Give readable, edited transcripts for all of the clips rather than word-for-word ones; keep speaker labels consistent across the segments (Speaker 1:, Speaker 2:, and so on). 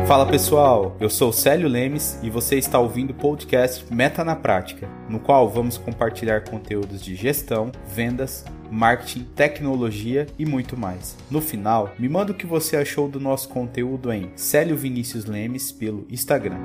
Speaker 1: Fala pessoal, eu sou o Célio Lemes e você está ouvindo o podcast Meta na Prática, no qual vamos compartilhar conteúdos de gestão, vendas, marketing, tecnologia e muito mais. No final, me manda o que você achou do nosso conteúdo em Célio Vinícius Lemes pelo Instagram.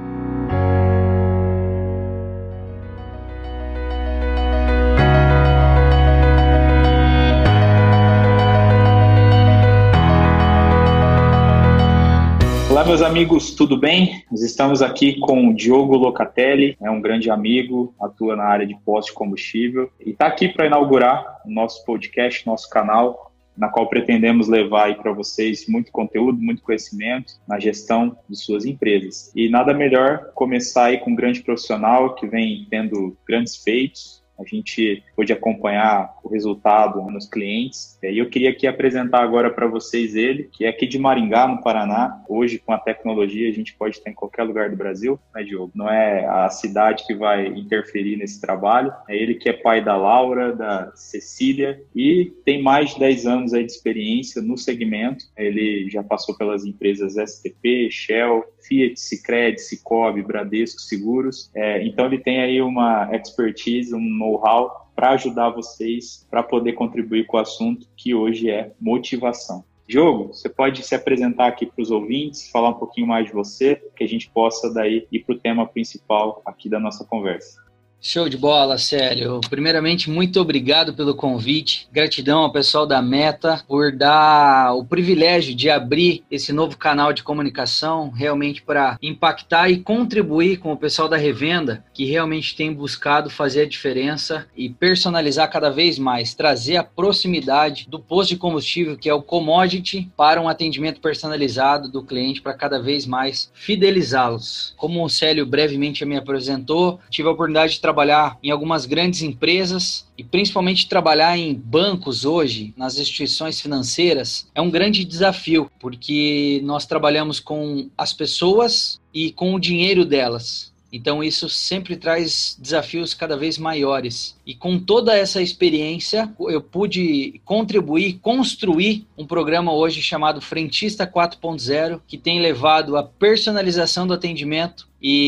Speaker 2: Olá, meus amigos, tudo bem? Nós estamos aqui com o Diogo Locatelli, é um grande amigo, atua na área de posto de combustível e está aqui para inaugurar o nosso podcast, nosso canal, na qual pretendemos levar aí para vocês muito conteúdo, muito conhecimento na gestão de suas empresas. E nada melhor começar aí com um grande profissional que vem tendo grandes feitos. A gente pôde acompanhar o resultado nos clientes. E eu queria aqui apresentar agora para vocês ele, que é aqui de Maringá, no Paraná. Hoje, com a tecnologia, a gente pode estar em qualquer lugar do Brasil, né, Diogo? Não é a cidade que vai interferir nesse trabalho. É ele que é pai da Laura, da Cecília, e tem mais de 10 anos aí de experiência no segmento. Ele já passou pelas empresas STP, Shell, Fiat, Sicredi, Cicobi, Bradesco, Seguros. Então, ele tem aí uma expertise, um know-how para ajudar vocês para poder contribuir com o assunto que hoje é motivação. Diogo, você pode se apresentar aqui para os ouvintes, falar um pouquinho mais de você, que a gente possa daí ir para o tema principal aqui da nossa conversa.
Speaker 3: Show de bola, Célio. Primeiramente, muito obrigado pelo convite. Gratidão ao pessoal da Meta por dar o privilégio de abrir esse novo canal de comunicação, realmente para impactar e contribuir com o pessoal da revenda, que realmente tem buscado fazer a diferença e personalizar cada vez mais, trazer a proximidade do posto de combustível, que é o commodity, para um atendimento personalizado do cliente, para cada vez mais fidelizá-los. Como o Célio brevemente me apresentou, tive a oportunidade de trabalhar em algumas grandes empresas e principalmente trabalhar em bancos hoje, nas instituições financeiras, é um grande desafio, porque nós trabalhamos com as pessoas e com o dinheiro delas. Então isso sempre traz desafios cada vez maiores. E com toda essa experiência, eu pude contribuir, construir um programa hoje chamado Frentista 4.0, que tem levado à personalização do atendimento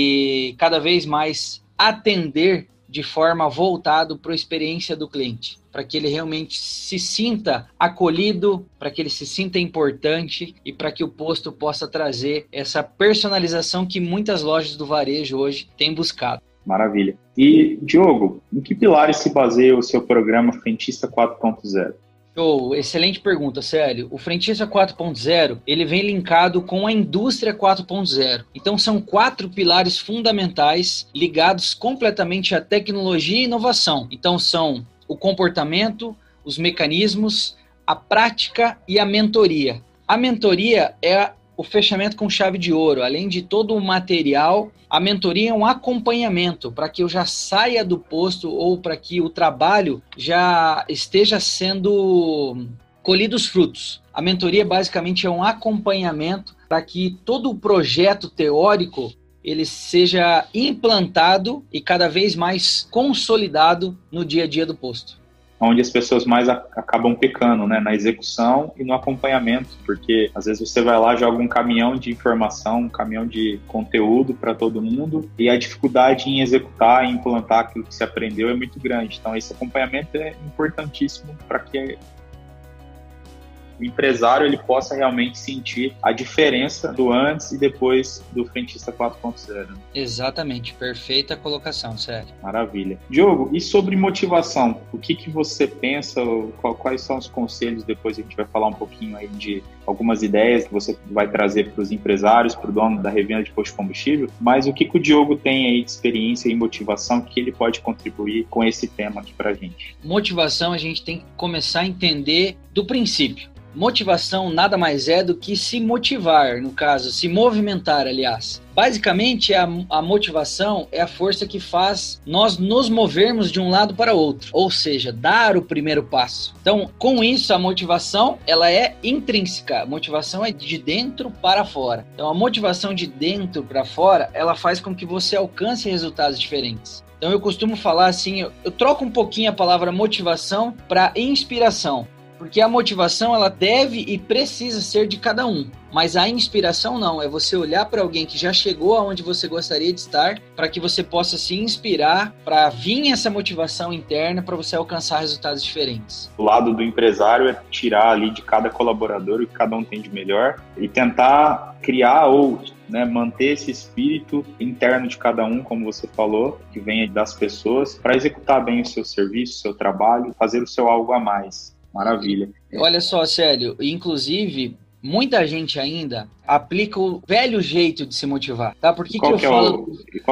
Speaker 3: e cada vez mais atender de forma voltada para a experiência do cliente, para que ele realmente se sinta acolhido, para que ele se sinta importante e para que o posto possa trazer essa personalização que muitas lojas do varejo hoje têm buscado.
Speaker 2: Maravilha. E, Diogo, em que pilares se baseia o seu programa Frentista 4.0?
Speaker 3: Oh, excelente pergunta, Célio. O Frentista 4.0, ele vem linkado com a indústria 4.0. Então são 4 pilares fundamentais ligados completamente à tecnologia e inovação. Então são o comportamento, os mecanismos, a prática e a mentoria. A mentoria é o fechamento com chave de ouro. Além de todo o material, a mentoria é um acompanhamento para que eu já saia do posto ou para que o trabalho já esteja sendo colhido os frutos. A mentoria basicamente é um acompanhamento para que todo o projeto teórico ele seja implantado e cada vez mais consolidado no dia a dia do posto.
Speaker 2: Onde as pessoas mais acabam pecando, né? Na execução e no acompanhamento, porque às vezes você vai lá, joga um caminhão de informação, um caminhão de conteúdo para todo mundo e a dificuldade em executar e implantar aquilo que você aprendeu é muito grande. Então esse acompanhamento é importantíssimo para que o empresário ele possa realmente sentir a diferença do antes e depois do Frentista 4.0.
Speaker 3: Exatamente, perfeita colocação, Sérgio.
Speaker 2: Maravilha. Diogo, e sobre motivação? O que você pensa? Quais são os conselhos? Depois a gente vai falar um pouquinho aí de algumas ideias que você vai trazer para os empresários, para o dono da revenda de posto de combustível, mas o que o Diogo tem aí de experiência e motivação que ele pode contribuir com esse tema aqui para a gente?
Speaker 3: Motivação a gente tem que começar a entender do princípio. Motivação nada mais é do que se motivar, no caso, se movimentar, aliás. Basicamente, a motivação é a força que faz nós nos movermos de um lado para outro, ou seja, dar o primeiro passo. Então, com isso, a motivação ela é intrínseca, a motivação é de dentro para fora. Então, a motivação de dentro para fora, ela faz com que você alcance resultados diferentes. Então, eu costumo falar assim, eu troco um pouquinho a palavra motivação para inspiração. Porque a motivação, ela deve e precisa ser de cada um. Mas a inspiração não, é você olhar para alguém que já chegou aonde você gostaria de estar, para que você possa se inspirar, para vir essa motivação interna, para você alcançar resultados diferentes.
Speaker 2: O lado do empresário é tirar ali de cada colaborador o que cada um tem de melhor e tentar criar ou manter esse espírito interno de cada um, como você falou, que vem das pessoas, para executar bem o seu serviço, o seu trabalho, fazer o seu algo a mais. Maravilha.
Speaker 3: Olha só, Célio, inclusive, muita gente ainda aplica o velho jeito de se motivar, tá? Por que eu falo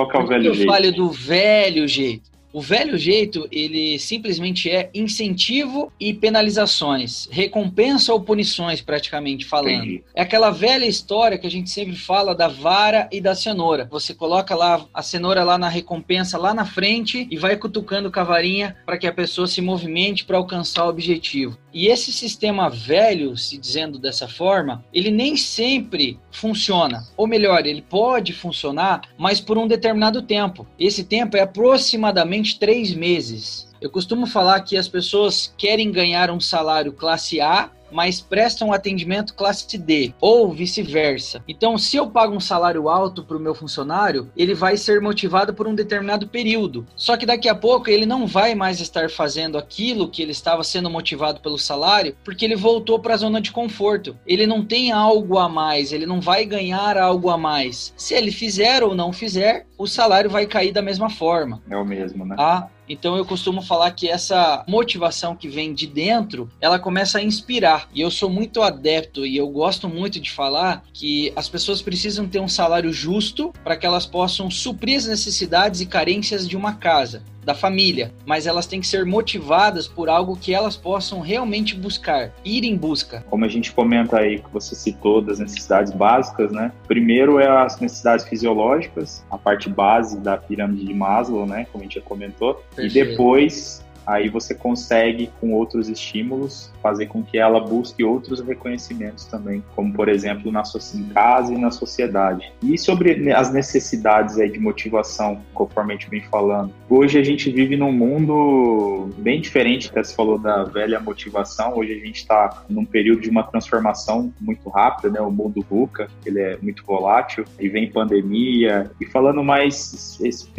Speaker 3: do velho jeito? O velho jeito, ele simplesmente é incentivo e penalizações, recompensa ou punições, praticamente falando.
Speaker 2: Entendi.
Speaker 3: É aquela velha história que a gente sempre fala da vara e da cenoura. Você coloca lá a cenoura lá na recompensa, lá na frente, e vai cutucando com a varinha para que a pessoa se movimente para alcançar o objetivo. E esse sistema velho, se dizendo dessa forma, ele nem sempre funciona. Ou melhor, ele pode funcionar, mas por um determinado tempo. Esse tempo é aproximadamente 3 meses. Eu costumo falar que as pessoas querem ganhar um salário classe A, mas prestam atendimento classe D, ou vice-versa. Então, se eu pago um salário alto para o meu funcionário, ele vai ser motivado por um determinado período. Só que daqui a pouco ele não vai mais estar fazendo aquilo que ele estava sendo motivado pelo salário, porque ele voltou para a zona de conforto. Ele não tem algo a mais, ele não vai ganhar algo a mais. Se ele fizer ou não fizer, o salário vai cair da mesma forma.
Speaker 2: É o mesmo, né?
Speaker 3: Então eu costumo falar que essa motivação que vem de dentro, ela começa a inspirar. E eu sou muito adepto e eu gosto muito de falar que as pessoas precisam ter um salário justo para que elas possam suprir as necessidades e carências de uma casa, da família, mas elas têm que ser motivadas por algo que elas possam realmente buscar, ir em busca.
Speaker 2: Como a gente comenta aí, que você citou das necessidades básicas, né? Primeiro é as necessidades fisiológicas, a parte base da pirâmide de Maslow, né? Como a gente já comentou. Perfeito. E depois, aí você consegue, com outros estímulos, fazer com que ela busque outros reconhecimentos também, como, por exemplo, em casa e na sociedade. E sobre as necessidades aí de motivação, conforme a gente vem falando, hoje a gente vive num mundo bem diferente, até você falou da velha motivação, hoje a gente está num período de uma transformação muito rápida, né? O mundo VUCA, ele é muito volátil, e vem pandemia, e falando mais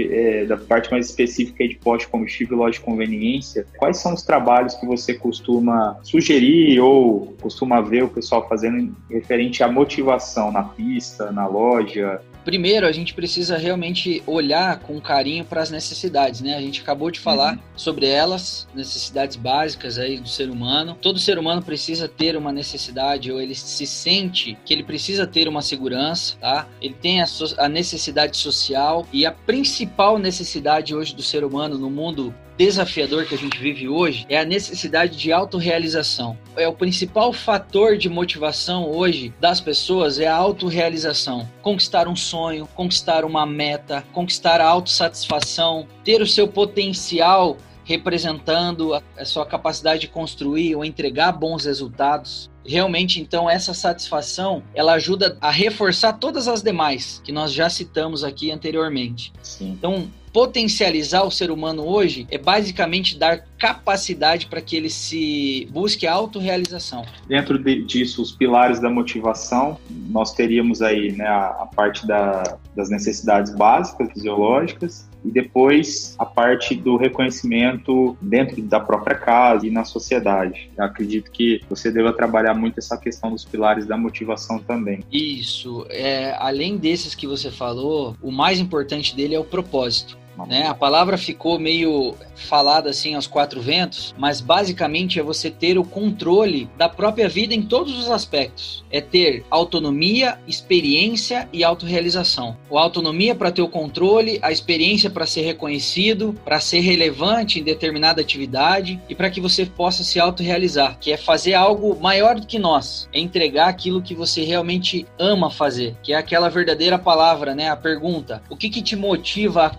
Speaker 2: da parte mais específica aí de pós-combustível e loja de conveniência, quais são os trabalhos que você costuma sugerir ou costuma ver o pessoal fazendo referente à motivação na pista, na loja?
Speaker 3: Primeiro, a gente precisa realmente olhar com carinho para as necessidades, né? A gente acabou de falar sobre elas, necessidades básicas aí do ser humano. Todo ser humano precisa ter uma necessidade, ou ele se sente que ele precisa ter uma segurança, tá? Ele tem a necessidade social, e a principal necessidade hoje do ser humano no mundo desafiador que a gente vive hoje é a necessidade de autorrealização. É o principal fator de motivação hoje das pessoas, é a autorrealização. Conquistar um sonho, conquistar uma meta, conquistar a autossatisfação, ter o seu potencial representando a sua capacidade de construir ou entregar bons resultados. Realmente, então, essa satisfação, ela ajuda a reforçar todas as demais que nós já citamos aqui anteriormente.
Speaker 2: Sim.
Speaker 3: Então, potencializar o ser humano hoje é basicamente dar capacidade para que ele se busque a autorrealização.
Speaker 2: Dentro disso, os pilares da motivação, nós teríamos aí, né, a parte das necessidades básicas, fisiológicas, e depois a parte do reconhecimento dentro da própria casa e na sociedade. Eu acredito que você deva trabalhar muito essa questão dos pilares da motivação também.
Speaker 3: Isso. Além desses que você falou, o mais importante dele é o propósito. Né? A palavra ficou meio falada assim aos 4 ventos, mas basicamente é você ter o controle da própria vida em todos os aspectos. É ter autonomia, experiência e autorrealização. A autonomia para ter o controle, a experiência para ser reconhecido, para ser relevante em determinada atividade e para que você possa se autorrealizar, que é fazer algo maior do que nós, é entregar aquilo que você realmente ama fazer, que é aquela verdadeira palavra, né? A pergunta: o que te motiva a acordar de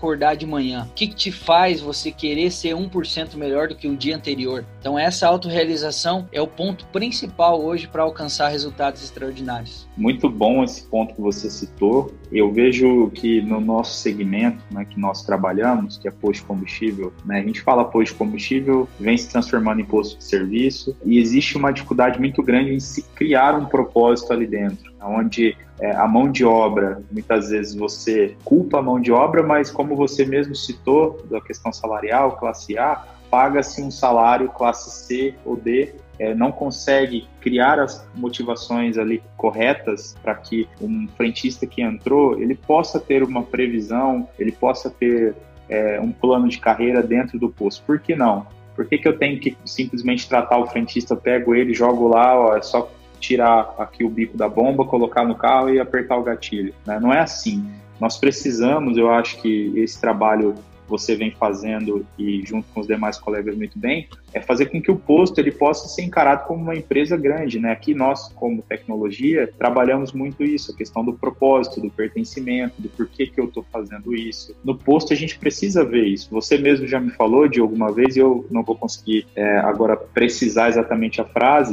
Speaker 3: manhã? O que te faz você querer ser 1% melhor do que o dia anterior? Então essa autorrealização é o ponto principal hoje para alcançar resultados extraordinários.
Speaker 2: Muito bom esse ponto que você citou. Eu vejo que no nosso segmento, né, que nós trabalhamos, que é posto de combustível, né, a gente fala posto de combustível, vem se transformando em posto de serviço, e existe uma dificuldade muito grande em se criar um propósito ali dentro, onde a mão de obra, muitas vezes você culpa a mão de obra, mas como você mesmo citou, da questão salarial, classe A, paga-se um salário classe C ou D, não consegue criar as motivações ali corretas para que um frentista que entrou, ele possa ter uma previsão, ele possa ter um plano de carreira dentro do posto. Por que não? Por que eu tenho que simplesmente tratar o frentista, pego ele, jogo lá, ó, é só tirar aqui o bico da bomba, colocar no carro e apertar o gatilho, né? Não é assim. Nós precisamos, eu acho que esse trabalho você vem fazendo e junto com os demais colegas muito bem, é fazer com que o posto ele possa ser encarado como uma empresa grande, né? Aqui nós, como tecnologia, trabalhamos muito isso, a questão do propósito, do pertencimento, do porquê que eu estou fazendo isso. No posto a gente precisa ver isso. Você mesmo já me falou de alguma vez, e eu não vou conseguir agora precisar exatamente a frase,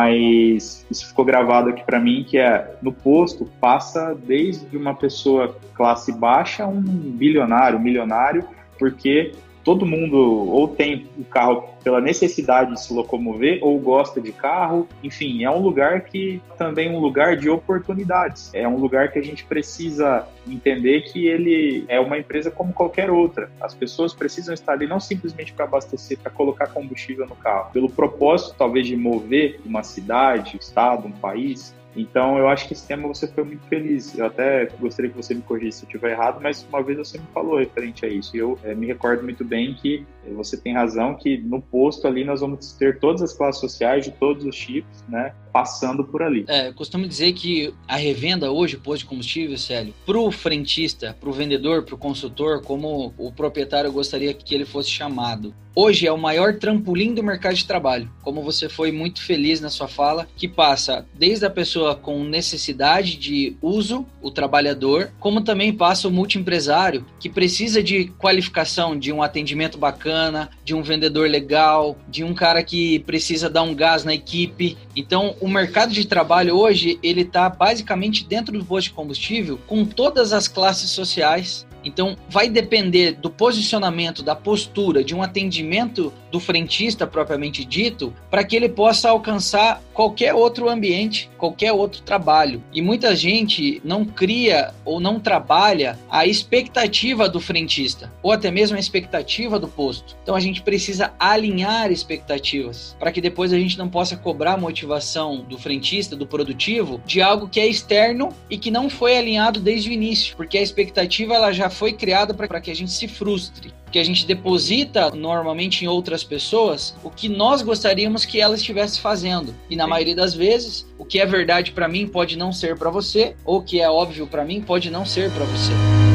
Speaker 2: mas isso ficou gravado aqui para mim, que no posto passa desde uma pessoa classe baixa a um bilionário, milionário, porque todo mundo ou tem o carro pela necessidade de se locomover ou gosta de carro, enfim, é um lugar que também é um lugar de oportunidades, é um lugar que a gente precisa entender que ele é uma empresa como qualquer outra, as pessoas precisam estar ali não simplesmente para abastecer, para colocar combustível no carro, pelo propósito talvez de mover uma cidade, um estado, um país. Então, eu acho que esse tema você foi muito feliz. Eu até gostaria que você me corrigisse se eu estiver errado, mas uma vez você me falou referente a isso. E eu me recordo muito bem que você tem razão que no posto ali nós vamos ter todas as classes sociais de todos os tipos, né, passando por ali.
Speaker 3: Eu costumo dizer que a revenda hoje, posto de combustível, Célio, para o frentista, para o vendedor, para o consultor, como o proprietário gostaria que ele fosse chamado, hoje é o maior trampolim do mercado de trabalho, como você foi muito feliz na sua fala, que passa desde a pessoa com necessidade de uso, o trabalhador, como também passa o multiempresário, que precisa de qualificação, de um atendimento bacana, de um vendedor legal, de um cara que precisa dar um gás na equipe. Então, o mercado de trabalho hoje, ele está basicamente dentro do posto de combustível, com todas as classes sociais. Então, vai depender do posicionamento, da postura, de um atendimento do frentista propriamente dito, para que ele possa alcançar qualquer outro ambiente, qualquer outro trabalho. E muita gente não cria ou não trabalha a expectativa do frentista, ou até mesmo a expectativa do posto. Então, a gente precisa alinhar expectativas, para que depois a gente não possa cobrar a motivação do frentista, do produtivo, de algo que é externo e que não foi alinhado desde o início, porque a expectativa ela já foi criada para que a gente se frustre, que a gente deposita normalmente em outras pessoas o que nós gostaríamos que ela estivesse fazendo. E na maioria das vezes, o que é verdade para mim pode não ser para você, ou o que é óbvio para mim pode não ser para você.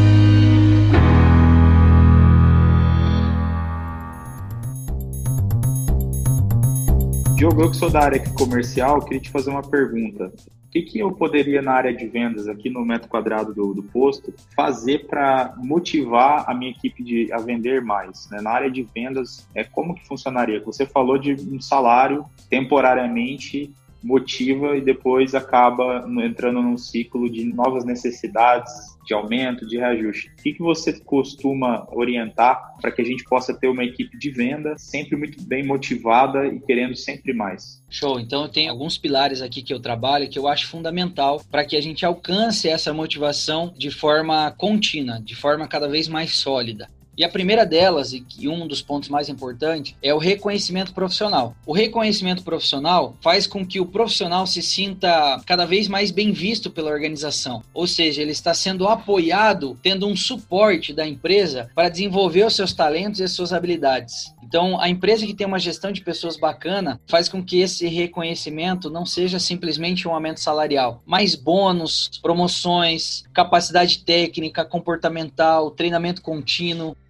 Speaker 2: Diogo, eu que sou da área comercial, queria te fazer uma pergunta. O que eu poderia, na área de vendas, aqui no metro quadrado do posto, fazer para motivar a minha equipe a vender mais? Né? Na área de vendas, como que funcionaria? Você falou de um salário temporariamente motiva e depois acaba entrando num ciclo de novas necessidades, de aumento, de reajuste. O que você costuma orientar para que a gente possa ter uma equipe de venda sempre muito bem motivada e querendo sempre mais?
Speaker 3: Show! Então eu tenho alguns pilares aqui que eu trabalho que eu acho fundamental para que a gente alcance essa motivação de forma contínua, de forma cada vez mais sólida. E a primeira delas, e um dos pontos mais importantes, é o reconhecimento profissional. O reconhecimento profissional faz com que o profissional se sinta cada vez mais bem visto pela organização. Ou seja, ele está sendo apoiado, tendo um suporte da empresa para desenvolver os seus talentos e as suas habilidades. Então, a empresa que tem uma gestão de pessoas bacana faz com que esse reconhecimento não seja simplesmente um aumento salarial, mas bônus, promoções, capacidade técnica, comportamental, treinamento contínuo.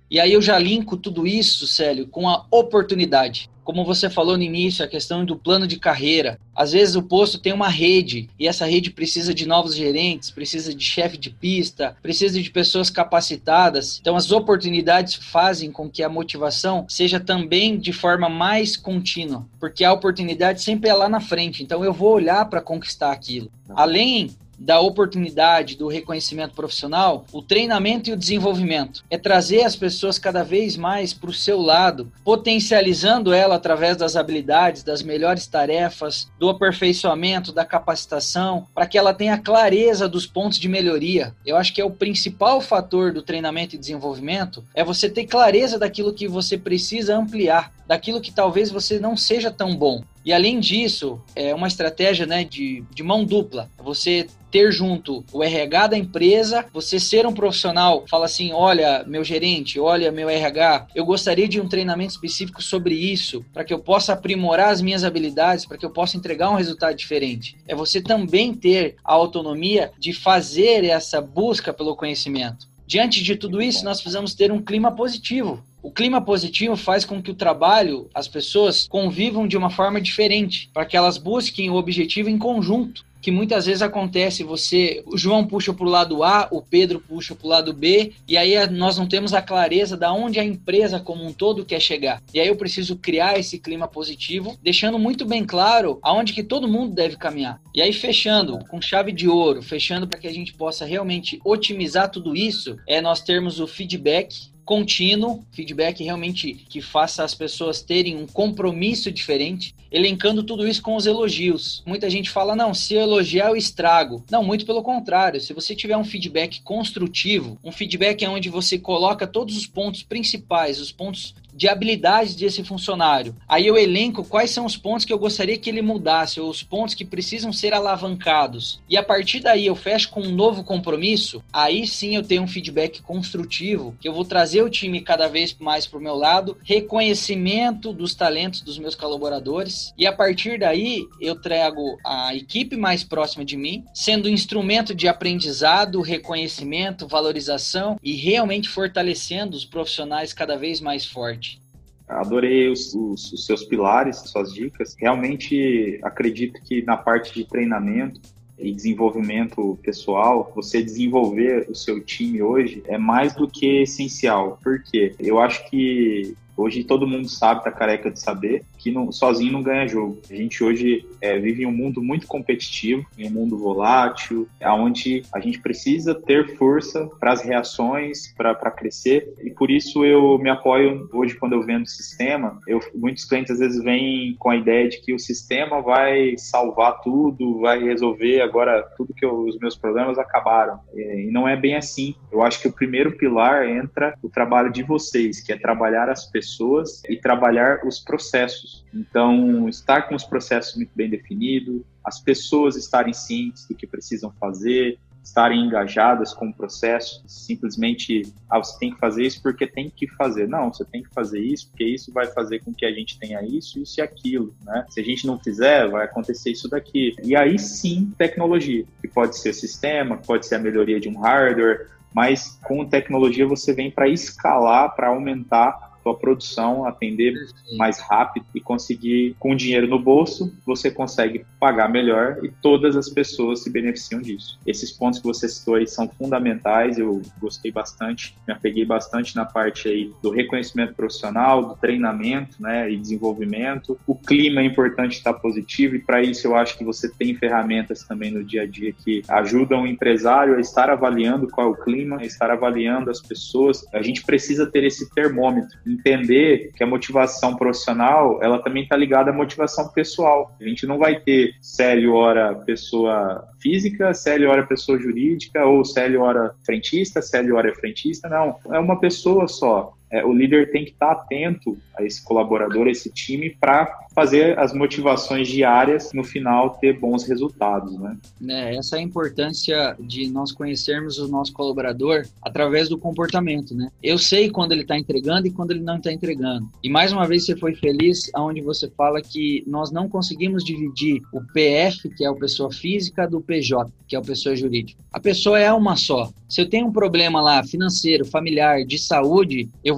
Speaker 3: E aí eu já linko tudo isso, Célio, com a oportunidade. Como você falou no início, a questão do plano de carreira. Às vezes o posto tem uma rede e essa rede precisa de novos gerentes, precisa de chefe de pista, precisa de pessoas capacitadas. Então as oportunidades fazem com que a motivação seja também de forma mais contínua, porque a oportunidade sempre é lá na frente. Então eu vou olhar para conquistar aquilo. Além da oportunidade, do reconhecimento profissional, o treinamento e o desenvolvimento. É trazer as pessoas cada vez mais para o seu lado, potencializando ela através das habilidades, das melhores tarefas, do aperfeiçoamento, da capacitação, para que ela tenha clareza dos pontos de melhoria. Eu acho que é o principal fator do treinamento e desenvolvimento, é você ter clareza daquilo que você precisa ampliar, daquilo que talvez você não seja tão bom. E além disso, é uma estratégia, né, de mão dupla. Você ter junto o RH da empresa, você ser um profissional, fala assim, olha, meu gerente, olha, meu RH, eu gostaria de um treinamento específico sobre isso, para que eu possa aprimorar as minhas habilidades, para que eu possa entregar um resultado diferente. É você também ter a autonomia de fazer essa busca pelo conhecimento. Diante de tudo isso, nós precisamos ter um clima positivo. O clima positivo faz com que o trabalho, as pessoas convivam de uma forma diferente, para que elas busquem o objetivo em conjunto, que muitas vezes acontece, o João puxa para o lado A, o Pedro puxa para o lado B, e aí nós não temos a clareza de onde a empresa como um todo quer chegar. E aí eu preciso criar esse clima positivo, deixando muito bem claro aonde que todo mundo deve caminhar. E aí fechando com chave de ouro, fechando para que a gente possa realmente otimizar tudo isso, é nós termos o feedback contínuo, feedback realmente que faça as pessoas terem um compromisso diferente, elencando tudo isso com os elogios. Muita gente fala, não, se eu elogiar eu estrago. Não, muito pelo contrário, se você tiver um feedback construtivo, um feedback onde você coloca todos os pontos principais, os pontos de habilidades desse funcionário. Aí eu elenco quais são os pontos que eu gostaria que ele mudasse, ou os pontos que precisam ser alavancados. E a partir daí eu fecho com um novo compromisso, aí sim eu tenho um feedback construtivo, que eu vou trazer o time cada vez mais para o meu lado, reconhecimento dos talentos dos meus colaboradores, e a partir daí eu trago a equipe mais próxima de mim, sendo instrumento de aprendizado, reconhecimento, valorização e realmente fortalecendo os profissionais cada vez mais fortes.
Speaker 2: Adorei os seus pilares, suas dicas. Realmente acredito que na parte de treinamento e desenvolvimento pessoal, você desenvolver o seu time hoje é mais do que essencial. Por quê? Eu acho que hoje todo mundo sabe, tá careca de saber, que sozinho não ganha jogo. A gente hoje vive em um mundo muito competitivo, em um mundo volátil, onde a gente precisa ter força para as reações, para crescer, e por isso eu me apoio hoje quando eu vendo o sistema. Muitos clientes às vezes vêm com a ideia de que o sistema vai salvar tudo, vai resolver agora tudo que os meus problemas acabaram. E não é bem assim. Eu acho que o primeiro pilar entra o trabalho de vocês, que é trabalhar as pessoas e trabalhar os processos. Então, estar com os processos muito bem definidos, as pessoas estarem cientes do que precisam fazer, estarem engajadas com o processo, simplesmente, você tem que fazer isso porque tem que fazer. Não, você tem que fazer isso porque isso vai fazer com que a gente tenha isso e aquilo, né? Se a gente não fizer, vai acontecer isso daqui. E aí sim, tecnologia, que pode ser sistema, pode ser a melhoria de um hardware, mas com tecnologia você vem para escalar, para aumentar sua produção, atender mais rápido e conseguir, com dinheiro no bolso, você consegue pagar melhor e todas as pessoas se beneficiam disso. Esses pontos que você citou aí são fundamentais, eu gostei bastante, me apeguei bastante na parte aí do reconhecimento profissional, do treinamento, né, e desenvolvimento. O clima é importante estar positivo e para isso eu acho que você tem ferramentas também no dia a dia que ajudam o empresário a estar avaliando qual é o clima, a estar avaliando as pessoas. A gente precisa ter esse termômetro, entender que a motivação profissional, ela também está ligada à motivação pessoal. A gente não vai ter Célio hora pessoa física, Célio hora pessoa jurídica, ou Célio hora frentista, Célio hora frentista, não. É uma pessoa só. O líder tem que estar atento a esse colaborador, a esse time, para fazer as motivações diárias, no final, ter bons resultados, né?
Speaker 3: Essa é a importância de nós conhecermos o nosso colaborador através do comportamento, né? Eu sei quando ele está entregando e quando ele não está entregando. E mais uma vez você foi feliz onde você fala que nós não conseguimos dividir o PF, que é a pessoa física, do PJ, que é a pessoa jurídica. A pessoa é uma só. Se eu tenho um problema lá financeiro, familiar, de saúde, eu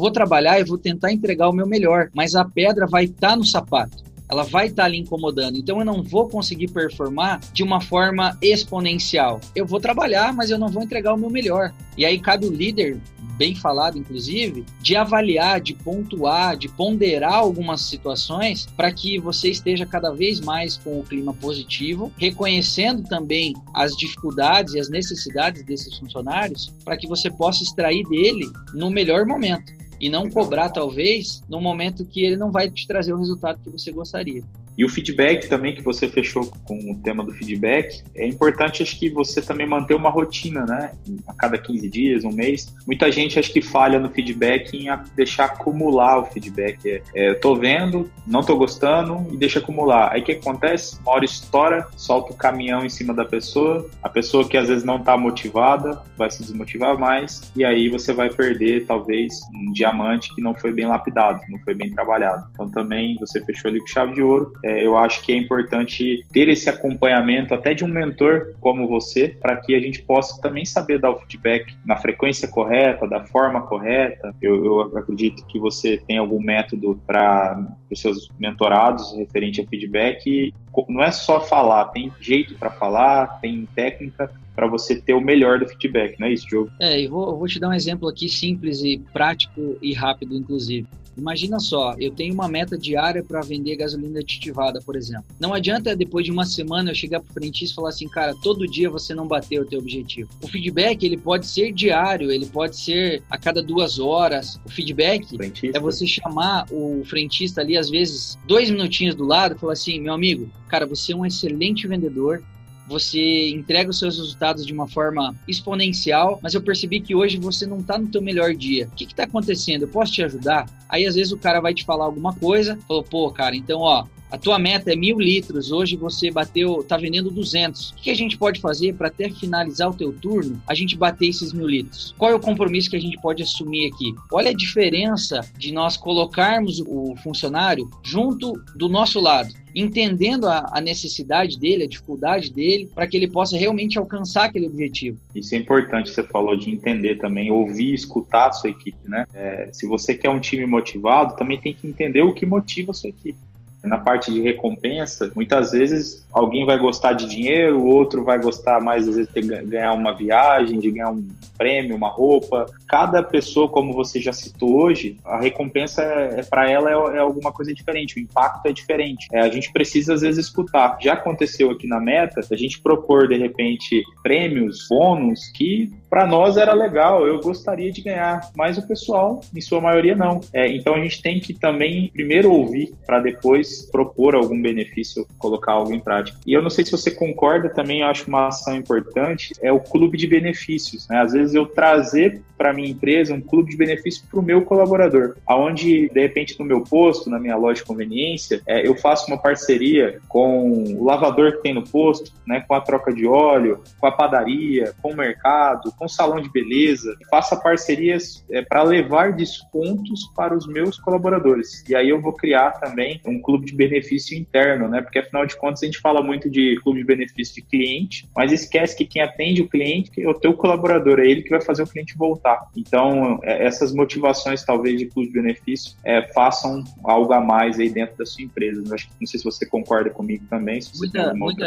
Speaker 3: vou trabalhar e vou tentar entregar o meu melhor, mas a pedra vai estar no sapato. Ela vai estar ali incomodando. Então, eu não vou conseguir performar de uma forma exponencial. Eu vou trabalhar, mas eu não vou entregar o meu melhor. E aí, cabe o líder, bem falado, inclusive, de avaliar, de pontuar, de ponderar algumas situações para que você esteja cada vez mais com o clima positivo, reconhecendo também as dificuldades e as necessidades desses funcionários para que você possa extrair dele no melhor momento. E não cobrar, talvez, no momento que ele não vai te trazer o resultado que você gostaria.
Speaker 2: E o feedback também, que você fechou com o tema do feedback, é importante, acho que você também manter uma rotina, né? A cada 15 dias, um mês. Muita gente, acho que falha no feedback em deixar acumular o feedback. Eu tô vendo, não tô gostando e deixa acumular. Aí o que acontece? Uma hora estoura, solta o caminhão em cima da pessoa. A pessoa que às vezes não tá motivada vai se desmotivar mais. E aí você vai perder, talvez, um diamante que não foi bem lapidado, não foi bem trabalhado. Então também você fechou ali com chave de ouro. Eu acho que é importante ter esse acompanhamento até de um mentor como você, para que a gente possa também saber dar o feedback na frequência correta, da forma correta. Eu acredito que você tem algum método para os seus mentorados referente a feedback. E não é só falar, tem jeito para falar, tem técnica para você ter o melhor do feedback, não é isso, Diogo?
Speaker 3: Eu vou te dar um exemplo aqui simples e prático e rápido, inclusive. Imagina só, eu tenho uma meta diária para vender gasolina aditivada, por exemplo. Não adianta depois de uma semana eu chegar para o frentista e falar assim, cara, todo dia você não bateu o teu objetivo. O feedback, ele pode ser diário, ele pode ser a cada 2 horas. O feedback é você chamar o frentista ali, às vezes, 2 minutinhos do lado e falar assim, meu amigo, cara, você é um excelente vendedor, você entrega os seus resultados de uma forma exponencial, mas eu percebi que hoje você não está no teu melhor dia. O que está acontecendo? Eu posso te ajudar? Aí, às vezes, o cara vai te falar alguma coisa, falou, pô, cara, então, ó, a tua meta é 1.000 litros, hoje você tá vendendo 200. O que a gente pode fazer para até finalizar o teu turno, a gente bater esses 1.000 litros? Qual é o compromisso que a gente pode assumir aqui? Olha a diferença de nós colocarmos o funcionário junto do nosso lado, entendendo a necessidade dele, a dificuldade dele, para que ele possa realmente alcançar aquele objetivo.
Speaker 2: Isso é importante, você falou de entender também, ouvir, escutar a sua equipe, né? Se você quer um time motivado, também tem que entender o que motiva a sua equipe. Na parte de recompensa, muitas vezes alguém vai gostar de dinheiro, o outro vai gostar mais, às vezes, de ganhar uma viagem, de ganhar um prêmio, uma roupa. Cada pessoa, como você já citou hoje, a recompensa para ela é alguma coisa diferente, o impacto é diferente. A gente precisa, às vezes, escutar. Já aconteceu aqui na Meta, a gente propor, de repente, prêmios, bônus, que para nós era legal, eu gostaria de ganhar, mas o pessoal, em sua maioria, não. Então, a gente tem que também primeiro ouvir, para depois propor algum benefício, colocar algo em prática. E eu não sei se você concorda também, eu acho uma ação importante, é o clube de benefícios, né? Às vezes eu trazer para minha empresa um clube de benefícios para o meu colaborador, aonde, de repente, no meu posto, na minha loja de conveniência, eu faço uma parceria com o lavador que tem no posto, né? Com a troca de óleo, com a padaria, com o mercado, com o salão de beleza, faça parcerias para levar descontos para os meus colaboradores. E aí eu vou criar também um clube de benefício interno, né? Porque afinal de contas a gente fala muito de clube de benefício de cliente, mas esquece que quem atende o cliente é o teu colaborador, é ele que vai fazer o cliente voltar. Então, essas motivações talvez de clube de benefício façam algo a mais aí dentro da sua empresa. Eu acho que, não sei se você concorda comigo também. Se você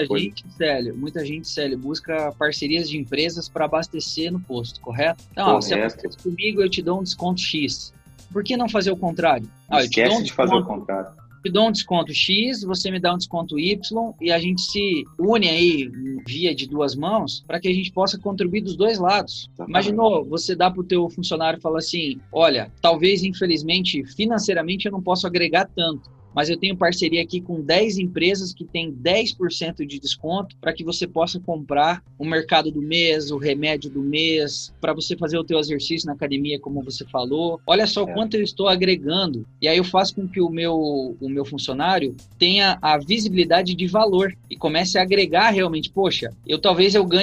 Speaker 3: muita gente, Célio, busca parcerias de empresas para abastecer no posto, correto? Então, você abastece comigo, eu te dou um desconto X. Por que não fazer o contrário?
Speaker 2: Esquece de fazer o contrário.
Speaker 3: Te dou um desconto X, você me dá um desconto Y e a gente se une aí via de 2 mãos para que a gente possa contribuir dos 2 lados. Imaginou, você dá para o teu funcionário e fala assim, olha, talvez infelizmente financeiramente eu não posso agregar tanto, mas eu tenho parceria aqui com 10 empresas que têm 10% de desconto para que você possa comprar o mercado do mês, o remédio do mês, para você fazer o teu exercício na academia, como você falou. Olha só o quanto eu estou agregando. E aí eu faço com que o meu funcionário tenha a visibilidade de valor e comece a agregar realmente. Poxa, talvez eu ganhe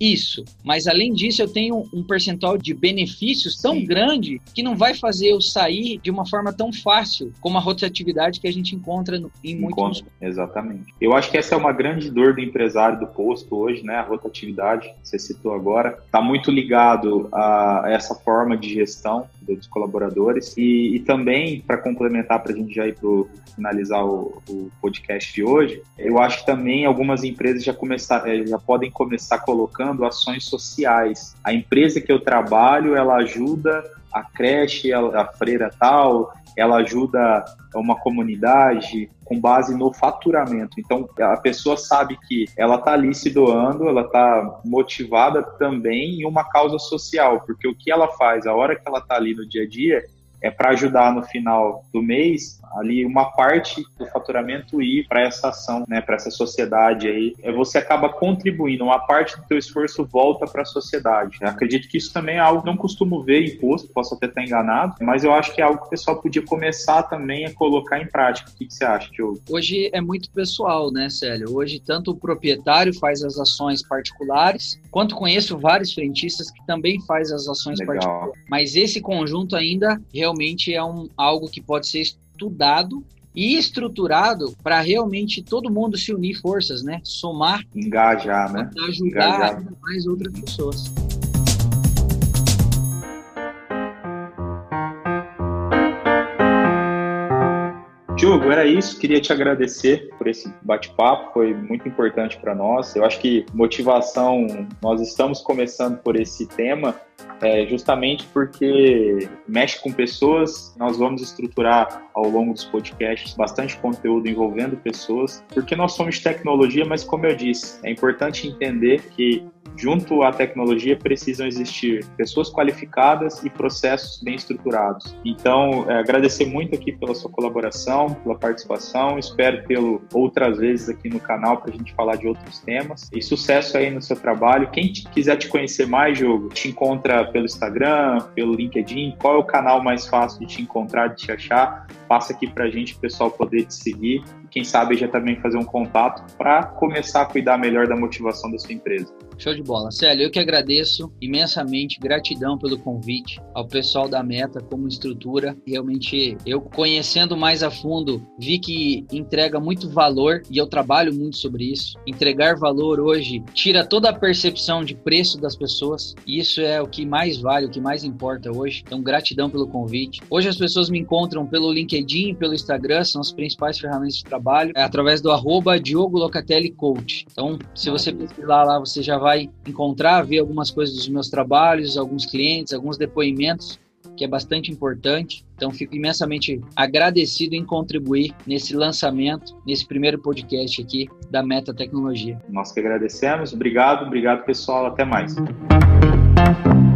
Speaker 3: Isso, mas além disso eu tenho um percentual de benefícios tão grande que não vai fazer eu sair de uma forma tão fácil como a rotatividade que a gente encontra em muitos...
Speaker 2: Exatamente. Eu acho que essa é uma grande dor do empresário do posto hoje, né? A rotatividade, você citou agora, está muito ligado a essa forma de gestão dos colaboradores e também, para complementar, para a gente já ir para finalizar o podcast de hoje, eu acho que também algumas empresas já podem começar colocando ações sociais. A empresa que eu trabalho, ela ajuda a creche, a freira tal, ela ajuda uma comunidade com base no faturamento. Então, a pessoa sabe que ela está ali se doando, ela está motivada também em uma causa social, porque o que ela faz, a hora que ela está ali no dia a dia, é para ajudar no final do mês, ali uma parte do faturamento ir para essa ação, né, para essa sociedade aí. Você acaba contribuindo, uma parte do teu esforço volta para a sociedade. Eu acredito que isso também é algo que não costumo ver em posto, posso até estar enganado, mas eu acho que é algo que o pessoal podia começar também a colocar em prática. O que você acha, Diogo?
Speaker 3: Hoje é muito pessoal, né, Célio? Hoje tanto o proprietário faz as ações particulares, quanto conheço vários frentistas que também faz as ações particulares. Mas esse conjunto ainda realmente é algo que pode ser estudado e estruturado para realmente todo mundo se unir forças, né? Somar,
Speaker 2: engajar, né?
Speaker 3: Ajudar ainda mais outras pessoas.
Speaker 2: Diogo, era isso. Queria te agradecer por esse bate-papo, foi muito importante para nós. Eu acho que motivação, nós estamos começando por esse tema, justamente porque mexe com pessoas. Nós vamos estruturar ao longo dos podcasts bastante conteúdo envolvendo pessoas, porque nós somos de tecnologia, mas como eu disse, é importante entender que junto à tecnologia precisam existir pessoas qualificadas e processos bem estruturados. Então, agradecer muito aqui pela sua colaboração, pela participação, espero tê-lo outras vezes aqui no canal para a gente falar de outros temas. E sucesso aí no seu trabalho. Quem quiser te conhecer mais, Diogo, te encontra pelo Instagram, pelo LinkedIn. Qual é o canal mais fácil de te encontrar, de te achar? Passa aqui para a gente, o pessoal poder te seguir. Quem sabe já também fazer um contato para começar a cuidar melhor da motivação da sua empresa.
Speaker 3: Show de bola. Célio, eu que agradeço imensamente, gratidão pelo convite ao pessoal da Meta como estrutura. Realmente, eu conhecendo mais a fundo, vi que entrega muito valor e eu trabalho muito sobre isso. Entregar valor hoje tira toda a percepção de preço das pessoas e isso é o que mais vale, o que mais importa hoje. Então, gratidão pelo convite. Hoje as pessoas me encontram pelo LinkedIn e pelo Instagram, são as principais ferramentas de trabalho, através do @Diogo Locatelli Coach. Então, se você pesquisar lá, você já vai encontrar, ver algumas coisas dos meus trabalhos, alguns clientes, alguns depoimentos, que é bastante importante. Então, fico imensamente agradecido em contribuir nesse lançamento, nesse primeiro podcast aqui da Meta Tecnologia.
Speaker 2: Nós que agradecemos. Obrigado, pessoal. Até mais.